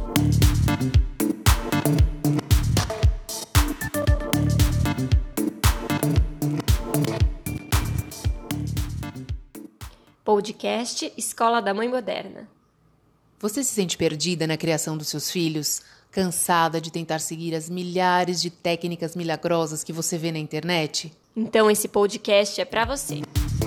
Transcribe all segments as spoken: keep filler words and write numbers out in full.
Podcast Escola da Mãe Moderna. Você se sente perdida na criação dos seus filhos? Cansada de tentar seguir as milhares de técnicas milagrosas que você vê na internet? Então esse podcast é para você.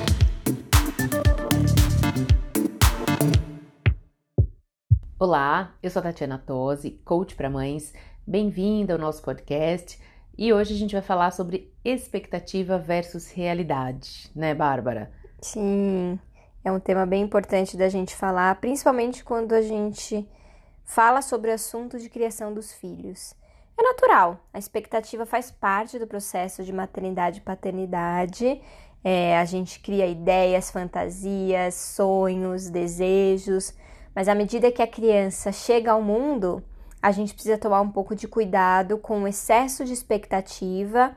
Olá, eu sou a Tatiana Tosi, coach para mães. Bem-vinda ao nosso podcast. E hoje a gente vai falar sobre expectativa versus realidade, né, Bárbara? Sim, é um tema bem importante da gente falar, principalmente quando a gente fala sobre o assunto de criação dos filhos. É natural, a expectativa faz parte do processo de maternidade e paternidade. É, a gente cria ideias, fantasias, sonhos, desejos, mas à medida que a criança chega ao mundo, a gente precisa tomar um pouco de cuidado com o excesso de expectativa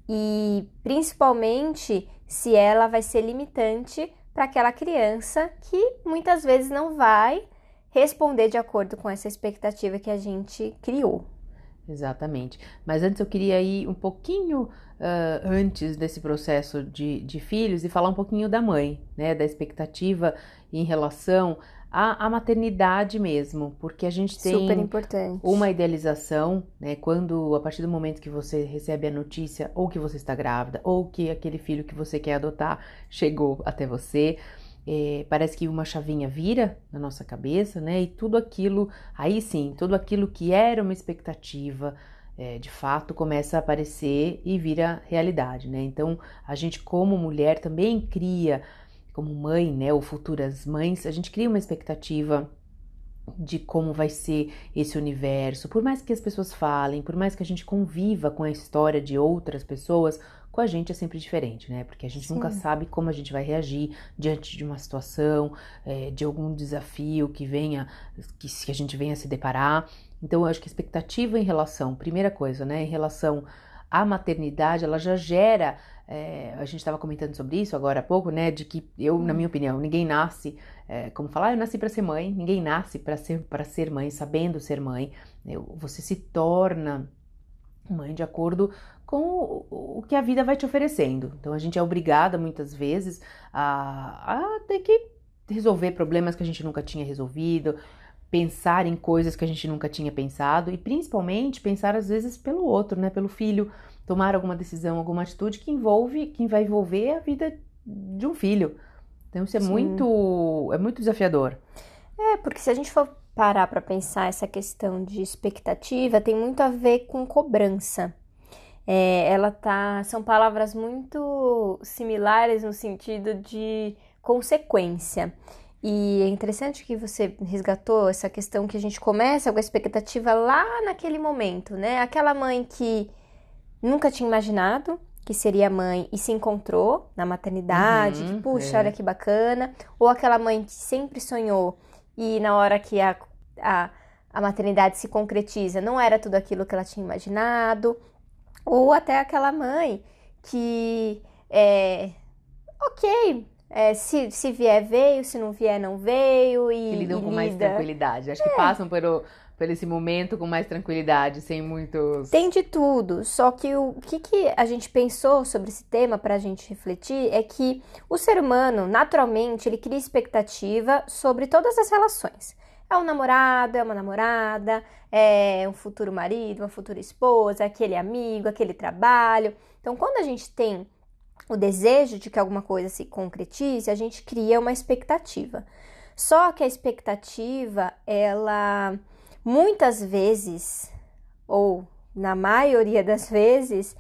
e principalmente se ela vai ser limitante para aquela criança que muitas vezes não vai responder de acordo com essa expectativa que a gente criou. Exatamente. Mas antes eu queria ir um pouquinho uh, antes desse processo de, de filhos e falar um pouquinho da mãe, né? Da expectativa em relação à, à maternidade mesmo, porque a gente tem Super importante. Uma idealização, né? Quando, a partir do momento que você recebe a notícia ou que você está grávida ou que aquele filho que você quer adotar chegou até você, É, parece que uma chavinha vira na nossa cabeça, né? E tudo aquilo, aí sim, tudo aquilo que era uma expectativa, é, de fato começa a aparecer e vira realidade, né? Então, a gente como mulher também cria, como mãe, né? Ou futuras mães, a gente cria uma expectativa de como vai ser esse universo. Por mais que as pessoas falem, por mais que a gente conviva com a história de outras pessoas, com a gente é sempre diferente, né? Porque a gente Sim. nunca sabe como a gente vai reagir diante de uma situação, é, de algum desafio que venha, que, que a gente venha se deparar. Então, eu acho que a expectativa em relação, primeira coisa, né? Em relação à maternidade, ela já gera, é, a gente estava comentando sobre isso agora há pouco, né? De que eu, hum. na minha opinião, ninguém nasce, é, como falar, ah, eu nasci para ser mãe, ninguém nasce para ser, para ser mãe, sabendo ser mãe. Eu, você se torna mãe de acordo com o que a vida vai te oferecendo. Então, a gente é obrigada, muitas vezes, a, a ter que resolver problemas que a gente nunca tinha resolvido, pensar em coisas que a gente nunca tinha pensado e, principalmente, pensar, às vezes, pelo outro, né? Pelo filho, tomar alguma decisão, alguma atitude que envolve, que vai envolver a vida de um filho. Então, isso é muito, é muito desafiador. É, porque se a gente for parar para pensar essa questão de expectativa, tem muito a ver com cobrança. É, ela tá, são palavras muito similares no sentido de consequência. E é interessante que você resgatou essa questão que a gente começa com a expectativa lá naquele momento, né? Aquela mãe que nunca tinha imaginado que seria mãe e se encontrou na maternidade, Uhum, que puxa, é. olha que bacana. Ou aquela mãe que sempre sonhou e na hora que a, a, a maternidade se concretiza, não era tudo aquilo que ela tinha imaginado. Ou até aquela mãe que, é, ok, é, se, se vier veio, se não vier não veio. E, que lidam e com lida. mais tranquilidade. Acho é. que passam pelo, por esse momento com mais tranquilidade, sem muitos... Tem de tudo, só que o que, que a gente pensou sobre esse tema para a gente refletir é que o ser humano, naturalmente, ele cria expectativa sobre todas as relações. É um namorado, é uma namorada, é um futuro marido, uma futura esposa, aquele amigo, aquele trabalho. Então, quando a gente tem o desejo de que alguma coisa se concretize, a gente cria uma expectativa. Só que a expectativa, ela muitas vezes, ou na maioria das vezes,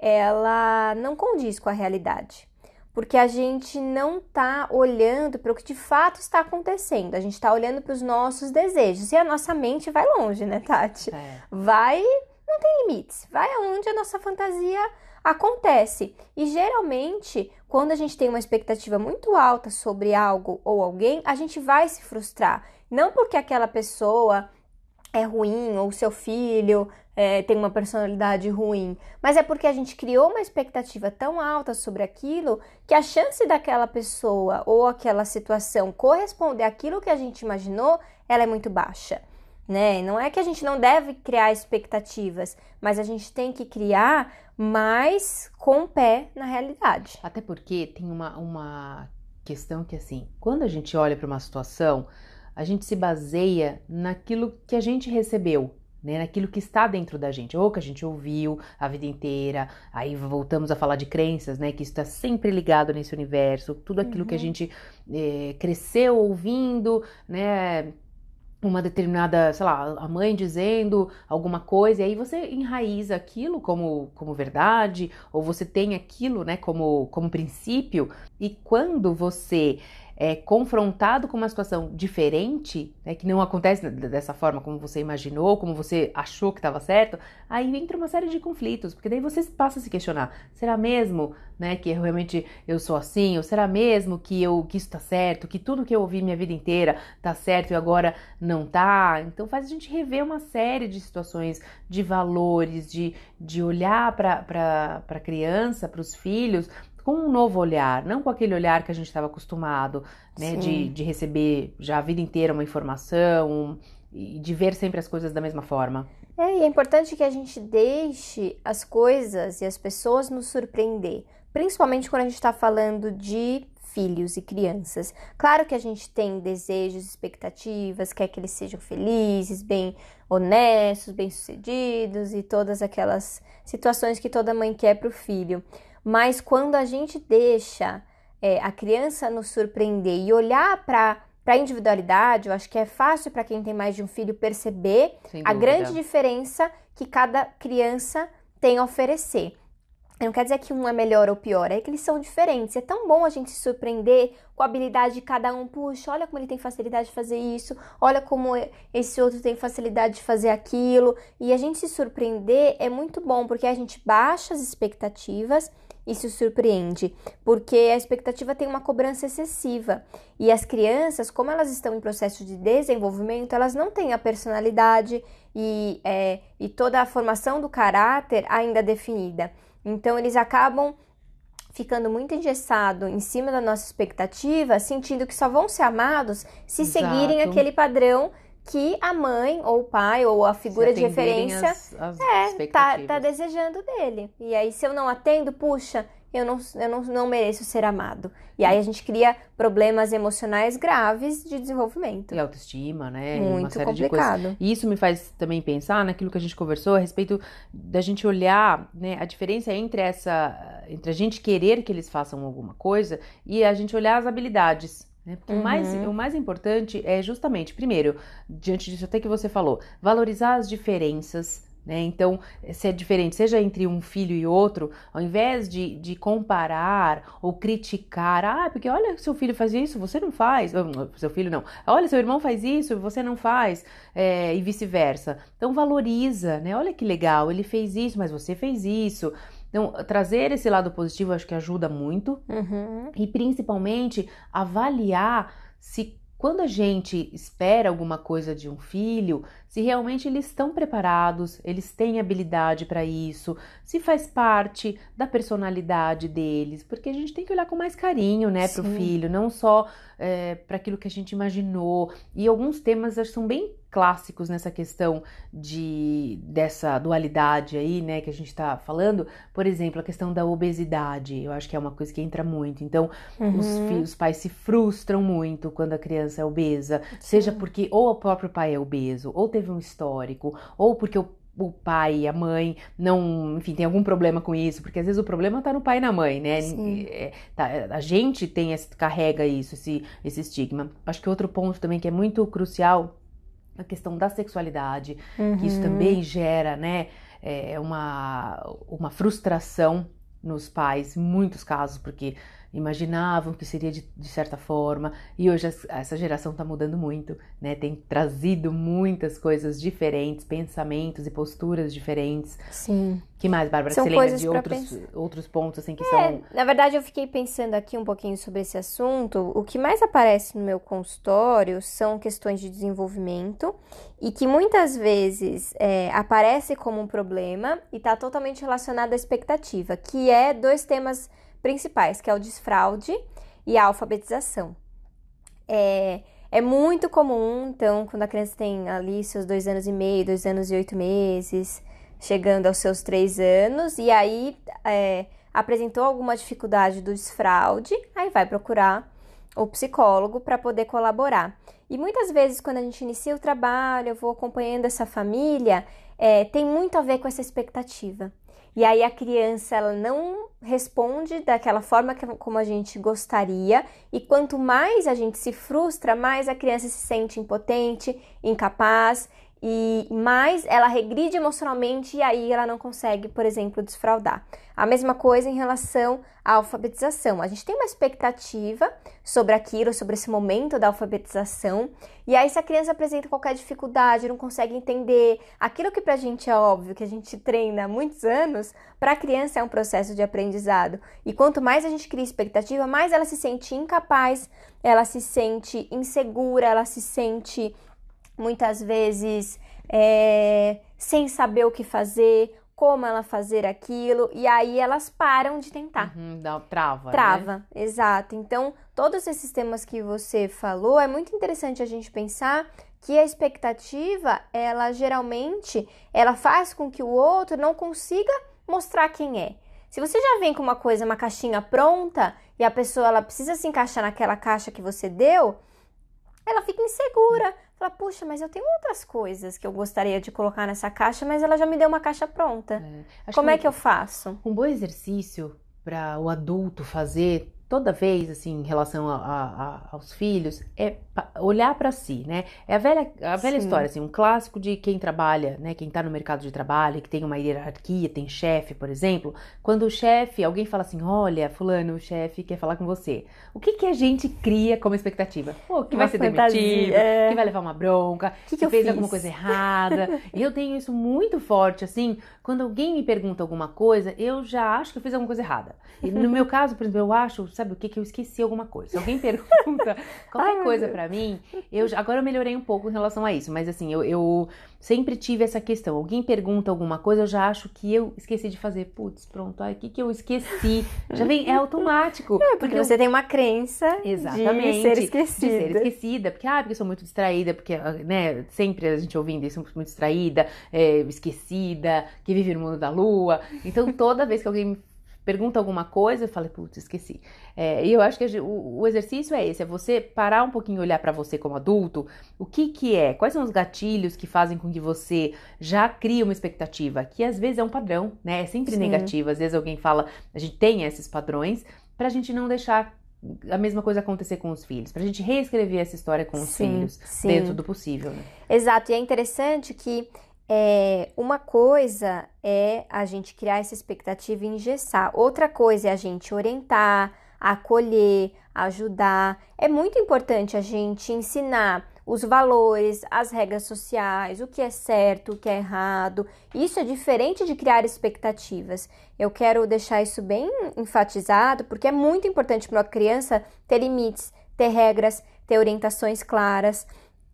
ela não condiz com a realidade. Porque a gente não está olhando para o que de fato está acontecendo. A gente está olhando para os nossos desejos. E a nossa mente vai longe, né, Tati? É. Vai, não tem limites. Vai aonde a nossa fantasia acontece. E geralmente, quando a gente tem uma expectativa muito alta sobre algo ou alguém, a gente vai se frustrar. Não porque aquela pessoa é ruim ou seu filho é, tem uma personalidade ruim, mas é porque a gente criou uma expectativa tão alta sobre aquilo que a chance daquela pessoa ou aquela situação corresponder àquilo que a gente imaginou, ela é muito baixa. né? Não é que a gente não deve criar expectativas, mas a gente tem que criar mais com o pé na realidade. Até porque tem uma, uma questão que, assim, quando a gente olha para uma situação, a gente se baseia naquilo que a gente recebeu, né? Naquilo que está dentro da gente, ou que a gente ouviu a vida inteira. Aí voltamos a falar de crenças, né? Que isso está sempre ligado nesse universo, tudo aquilo Uhum. que a gente é, cresceu ouvindo, né? Uma determinada, sei lá, a mãe dizendo alguma coisa, e aí você enraiza aquilo como, como verdade, ou você tem aquilo, né, como, como princípio, e quando você é confrontado com uma situação diferente, né, que não acontece dessa forma como você imaginou, como você achou que estava certo, aí entra uma série de conflitos, porque daí você passa a se questionar, será mesmo, né, que eu, realmente eu sou assim, ou será mesmo que, eu, que isso tá certo, que tudo que eu ouvi minha vida inteira tá certo e agora não tá? Então faz a gente rever uma série de situações, de valores, de, de olhar para a criança, para os filhos, com um novo olhar, não com aquele olhar que a gente estava acostumado, né, de, de receber já a vida inteira uma informação e de ver sempre as coisas da mesma forma. É, e é importante que a gente deixe as coisas e as pessoas nos surpreender, principalmente quando a gente está falando de filhos e crianças. Claro que a gente tem desejos, expectativas, quer que eles sejam felizes, bem honestos, bem-sucedidos e todas aquelas situações que toda mãe quer para o filho. Mas quando a gente deixa é, a criança nos surpreender e olhar para a individualidade, eu acho que é fácil para quem tem mais de um filho perceber a grande diferença que cada criança tem a oferecer. Não quer dizer que um é melhor ou pior, é que eles são diferentes. É tão bom a gente se surpreender com a habilidade de cada um. Puxa, olha como ele tem facilidade de fazer isso, olha como esse outro tem facilidade de fazer aquilo. E a gente se surpreender é muito bom, porque a gente baixa as expectativas e se surpreende, porque a expectativa tem uma cobrança excessiva. E as crianças, como elas estão em processo de desenvolvimento, elas não têm a personalidade e, é, e toda a formação do caráter ainda definida. Então, eles acabam ficando muito engessados em cima da nossa expectativa, sentindo que só vão ser amados se Exato. seguirem aquele padrão que a mãe, ou o pai, ou a figura de referência as, as é, tá, tá desejando dele. E aí, se eu não atendo, puxa, eu não, eu não, não mereço ser amado. E aí a gente cria problemas emocionais graves de desenvolvimento. E autoestima, né? Muito uma série complicado. De coisas. E isso me faz também pensar naquilo que a gente conversou a respeito da gente olhar, né, a diferença entre essa, entre a gente querer que eles façam alguma coisa e a gente olhar as habilidades. Né? Porque uhum. o, mais, o mais importante é justamente, primeiro, diante disso até que você falou, valorizar as diferenças. Né? Então, se é diferente, seja entre um filho e outro, ao invés de, de comparar ou criticar, ah, porque olha, seu filho faz isso, você não faz, seu filho não, olha, seu irmão faz isso, você não faz, é, e vice-versa. Então, valoriza, né? Olha que legal, ele fez isso, mas você fez isso. Então, trazer esse lado positivo acho que ajuda muito, uhum. e principalmente avaliar se quando a gente espera alguma coisa de um filho, se realmente eles estão preparados, eles têm habilidade para isso, se faz parte da personalidade deles, porque a gente tem que olhar com mais carinho, né, para o filho, não só é, para aquilo que a gente imaginou. E alguns temas acho que são bem clássicos nessa questão de, dessa dualidade aí, né, que a gente está falando. Por exemplo, a questão da obesidade, eu acho que é uma coisa que entra muito. Então, uhum. os, filhos, os pais se frustram muito quando a criança é obesa, Sim. seja porque ou o próprio pai é obeso, ou teve um histórico, ou porque o o pai e a mãe não, enfim, tem algum problema com isso, porque às vezes o problema tá no pai e na mãe, né? É, tá, a gente tem esse, carrega isso, esse, esse estigma. Acho que outro ponto também que é muito crucial, a questão da sexualidade, uhum. que isso também gera, né, é, uma, uma frustração nos pais, em muitos casos, porque imaginavam que seria de, de certa forma, e hoje essa geração está mudando muito, né? Tem trazido muitas coisas diferentes, pensamentos e posturas diferentes. Sim. Que mais, Bárbara? São você lembra de outros, outros pontos assim que é, são... Na verdade, eu fiquei pensando aqui um pouquinho sobre esse assunto. O que mais aparece no meu consultório são questões de desenvolvimento e que muitas vezes é, aparece como um problema e está totalmente relacionado à expectativa, que é dois temas principais, que é o desfraude e a alfabetização. É, É muito comum, então, quando a criança tem ali seus dois anos e meio, dois anos e oito meses, chegando aos seus três anos, e aí é, apresentou alguma dificuldade do desfraude, aí vai procurar o psicólogo para poder colaborar. E muitas vezes, quando a gente inicia o trabalho, eu vou acompanhando essa família, é, tem muito a ver com essa expectativa. E aí a criança ela não responde daquela forma que, como a gente gostaria, e quanto mais a gente se frustra, mais a criança se sente impotente, incapaz, e mais ela regride emocionalmente e aí ela não consegue, por exemplo, desfraudar. A mesma coisa em relação à alfabetização. A gente tem uma expectativa sobre aquilo, sobre esse momento da alfabetização, e aí se a criança apresenta qualquer dificuldade, não consegue entender aquilo que pra gente é óbvio, que a gente treina há muitos anos, para a criança é um processo de aprendizado. E quanto mais a gente cria expectativa, mais ela se sente incapaz, ela se sente insegura, ela se sente muitas vezes é, sem saber o que fazer, como ela fazer aquilo, e aí elas param de tentar. Uhum, dá, trava, Trava, né? Exato. Então, todos esses temas que você falou, é muito interessante a gente pensar que a expectativa, ela geralmente, ela faz com que o outro não consiga mostrar quem é. Se você já vem com uma coisa, uma caixinha pronta, e a pessoa ela precisa se encaixar naquela caixa que você deu, ela fica insegura. Fala, puxa, mas eu tenho outras coisas que eu gostaria de colocar nessa caixa, mas ela já me deu uma caixa pronta. É. Como que é que eu faço? Um bom exercício para o adulto fazer toda vez, assim, em relação a, a, a, aos filhos, é olhar para si, né? É a velha, a velha história, assim, um clássico de quem trabalha, né? Quem tá no mercado de trabalho, que tem uma hierarquia, tem chefe, por exemplo. Quando o chefe, alguém fala assim, olha, fulano, o chefe quer falar com você. O que que a gente cria como expectativa? Pô, que uma vai ser fantasia, demitido, é... que vai levar uma bronca, que, que, que eu fez fiz? alguma coisa errada. E eu tenho isso muito forte, assim, quando alguém me pergunta alguma coisa, eu já acho que eu fiz alguma coisa errada. E no meu caso, por exemplo, eu acho, sabe o que, que eu esqueci alguma coisa. Se alguém pergunta qualquer Ai, coisa pra mim, eu já, agora eu melhorei um pouco em relação a isso, mas assim, eu, eu sempre tive essa questão. Alguém pergunta alguma coisa, eu já acho que eu esqueci de fazer. Putz, pronto, ai, o que, que eu esqueci? Já vem, é automático. É, porque eu... você tem uma crença Exatamente, de ser esquecida. De ser esquecida, porque, ah, porque eu sou muito distraída, porque, né, sempre a gente ouvindo isso, muito distraída, é, esquecida, que vive no mundo da lua. Então, toda vez que alguém me pergunta alguma coisa, eu falo, putz, esqueci. É, e eu acho que o, o exercício é esse, é você parar um pouquinho e olhar para você como adulto, o que que é, quais são os gatilhos que fazem com que você já crie uma expectativa, que às vezes é um padrão, né, é sempre Sim. negativo, às vezes alguém fala, a gente tem esses padrões, pra gente não deixar a mesma coisa acontecer com os filhos, pra gente reescrever essa história com os sim, filhos, sim. dentro do possível, né? Exato, e é interessante que É, uma coisa é a gente criar essa expectativa e engessar, outra coisa é a gente orientar, acolher, ajudar. É muito importante a gente ensinar os valores, as regras sociais, o que é certo, o que é errado. Isso é diferente de criar expectativas. Eu quero deixar isso bem enfatizado, porque é muito importante para uma criança ter limites, ter regras, ter orientações claras.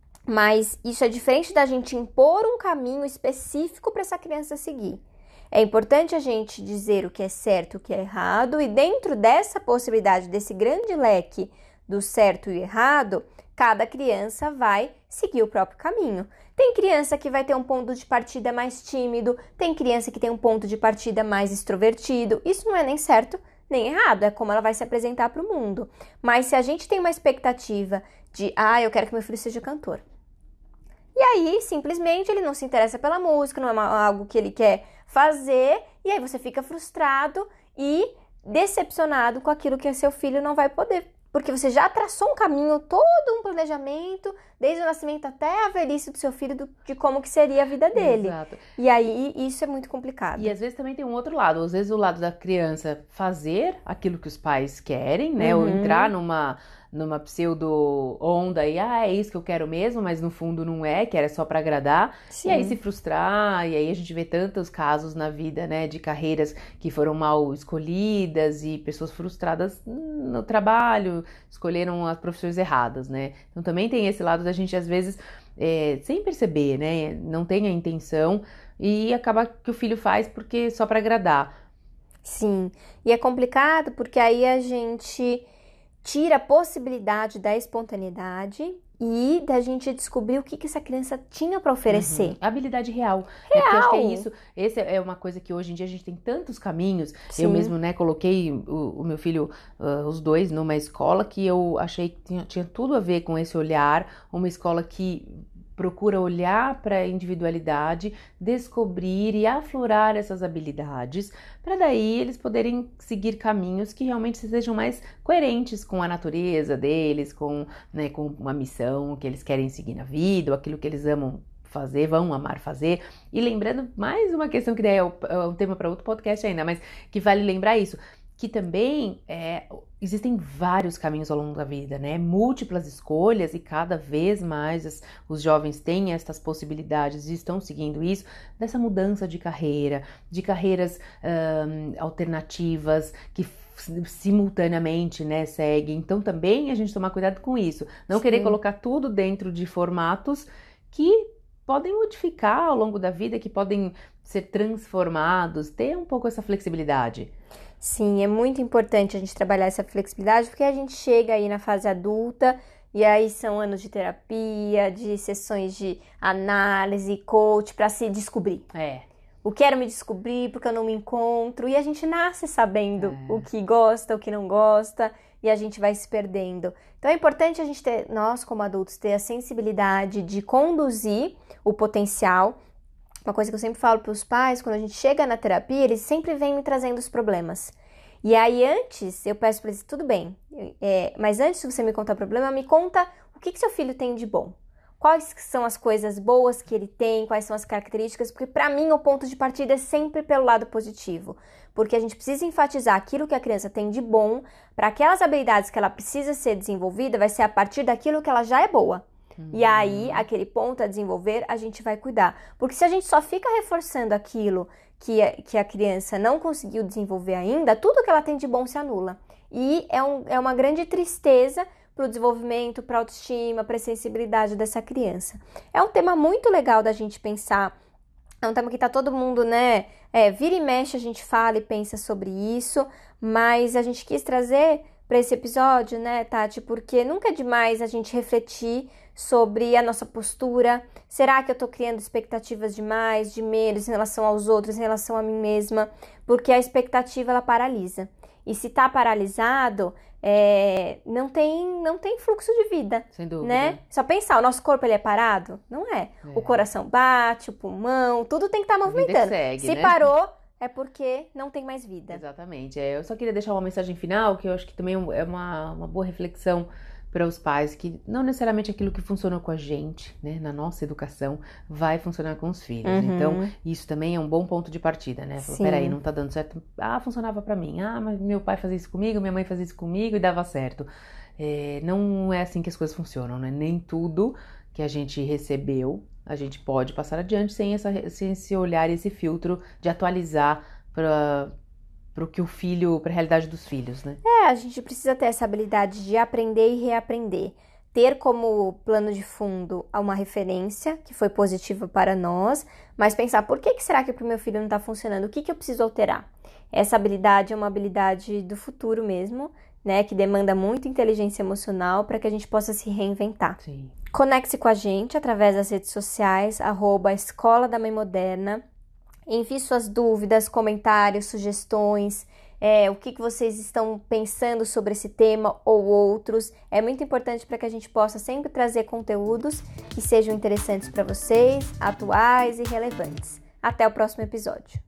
Mas isso é diferente da gente impor um caminho específico para essa criança seguir. É importante a gente dizer o que é certo e o que é errado, e dentro dessa possibilidade, desse grande leque do certo e errado, cada criança vai seguir o próprio caminho. Tem criança que vai ter um ponto de partida mais tímido, tem criança que tem um ponto de partida mais extrovertido. Isso não é nem certo nem errado, é como ela vai se apresentar para o mundo. Mas se a gente tem uma expectativa de, ah, eu quero que meu filho seja cantor. E aí, simplesmente, ele não se interessa pela música, não é uma, algo que ele quer fazer, e aí você fica frustrado e decepcionado com aquilo que seu filho não vai poder. Porque você já traçou um caminho, todo um planejamento, desde o nascimento até a velhice do seu filho, do, de como que seria a vida dele. Exato. E aí, isso é muito complicado. E às vezes também tem um outro lado. Às vezes o lado da criança fazer aquilo que os pais querem, né? Uhum. Ou entrar numa, numa pseudo-onda e, ah, é isso que eu quero mesmo, mas no fundo não é, que era só pra agradar. Sim. E aí se frustrar, e aí a gente vê tantos casos na vida, né? De carreiras que foram mal escolhidas e pessoas frustradas no trabalho, escolheram as profissões erradas, né? Então também tem esse lado da gente, às vezes, é, sem perceber, né? Não tem a intenção e acaba que o filho faz porque só para agradar. Sim, e é complicado porque aí a gente tira a possibilidade da espontaneidade e da gente descobrir o que, que essa criança tinha para oferecer. Uhum. Habilidade real. Real. É, porque eu acho que é isso. Esse é uma coisa que hoje em dia a gente tem tantos caminhos. Sim. Eu mesmo, né, coloquei o, o meu filho, uh, os dois, numa escola que eu achei que tinha, tinha tudo a ver com esse olhar. Uma escola que procura olhar para a individualidade, descobrir e aflorar essas habilidades, para daí eles poderem seguir caminhos que realmente sejam mais coerentes com a natureza deles, com, né, com uma missão que eles querem seguir na vida, ou aquilo que eles amam fazer, vão amar fazer. E lembrando, mais uma questão que daí é um tema para outro podcast ainda, mas que vale lembrar isso, que também é, existem vários caminhos ao longo da vida, né? Múltiplas escolhas e cada vez mais as, os jovens têm estas possibilidades e estão seguindo isso, dessa mudança de carreira, de carreiras um, alternativas que simultaneamente, né, seguem. Então também a gente tomar cuidado com isso, não Sim. querer colocar tudo dentro de formatos que podem modificar ao longo da vida, que podem ser transformados, ter um pouco essa flexibilidade. Sim, é muito importante a gente trabalhar essa flexibilidade, porque a gente chega aí na fase adulta e aí são anos de terapia, de sessões de análise, coach, para se descobrir. É. O quero me descobrir porque eu não me encontro, e a gente nasce sabendo é. o que gosta, o que não gosta, e a gente vai se perdendo. Então é importante a gente ter, nós como adultos, ter a sensibilidade de conduzir o potencial. Uma coisa que eu sempre falo para os pais, quando a gente chega na terapia, eles sempre vêm me trazendo os problemas. E aí antes, eu peço para eles, tudo bem, é, mas antes de você me contar o problema, me conta o que, que seu filho tem de bom. Quais são as coisas boas que ele tem, quais são as características, porque para mim o ponto de partida é sempre pelo lado positivo. Porque a gente precisa enfatizar aquilo que a criança tem de bom, para aquelas habilidades que ela precisa ser desenvolvida, vai ser a partir daquilo que ela já é boa. E aí, aquele ponto a desenvolver, a gente vai cuidar. Porque se a gente só fica reforçando aquilo que a, que a criança não conseguiu desenvolver ainda, tudo que ela tem de bom se anula. E é, um, é uma grande tristeza para o desenvolvimento, para a autoestima, para a sensibilidade dessa criança. É um tema muito legal da gente pensar. É um tema que tá todo mundo, né? É, vira e mexe, a gente fala e pensa sobre isso. Mas a gente quis trazer para esse episódio, né, Tati? Porque nunca é demais a gente refletir sobre a nossa postura. Será que eu tô criando expectativas de mais, de menos em relação aos outros, em relação a mim mesma? Porque a expectativa, ela paralisa. E se tá paralisado, é, não, tem, não tem fluxo de vida. Sem dúvida. Né? Só pensar, o nosso corpo ele é parado? Não é. é. O coração bate, o pulmão, tudo tem que estar tá movimentando. Segue, se né? parou, é porque não tem mais vida. Exatamente. É, eu só queria deixar uma mensagem final, que eu acho que também é uma, uma boa reflexão para os pais, que não necessariamente aquilo que funcionou com a gente, né, na nossa educação, vai funcionar com os filhos. Uhum. Então, isso também é um bom ponto de partida, né? Falar, peraí, não tá dando certo. Ah, funcionava para mim. Ah, mas meu pai fazia isso comigo, minha mãe fazia isso comigo e dava certo. É, não é assim que as coisas funcionam, né? Nem tudo que a gente recebeu, a gente pode passar adiante sem, essa, sem esse olhar, esse filtro de atualizar para para o que o filho, para a realidade dos filhos, né? É, a gente precisa ter essa habilidade de aprender e reaprender. Ter como plano de fundo uma referência que foi positiva para nós, mas pensar, por que, que será que para o meu filho não está funcionando? O que, que eu preciso alterar? Essa habilidade é uma habilidade do futuro mesmo, né? Que demanda muita inteligência emocional para que a gente possa se reinventar. Sim. Conecte-se com a gente através das redes sociais, arroba Escola da Mãe Moderna. Envie suas dúvidas, comentários, sugestões, é, o que, que vocês estão pensando sobre esse tema ou outros. É muito importante para que a gente possa sempre trazer conteúdos que sejam interessantes para vocês, atuais e relevantes. Até o próximo episódio.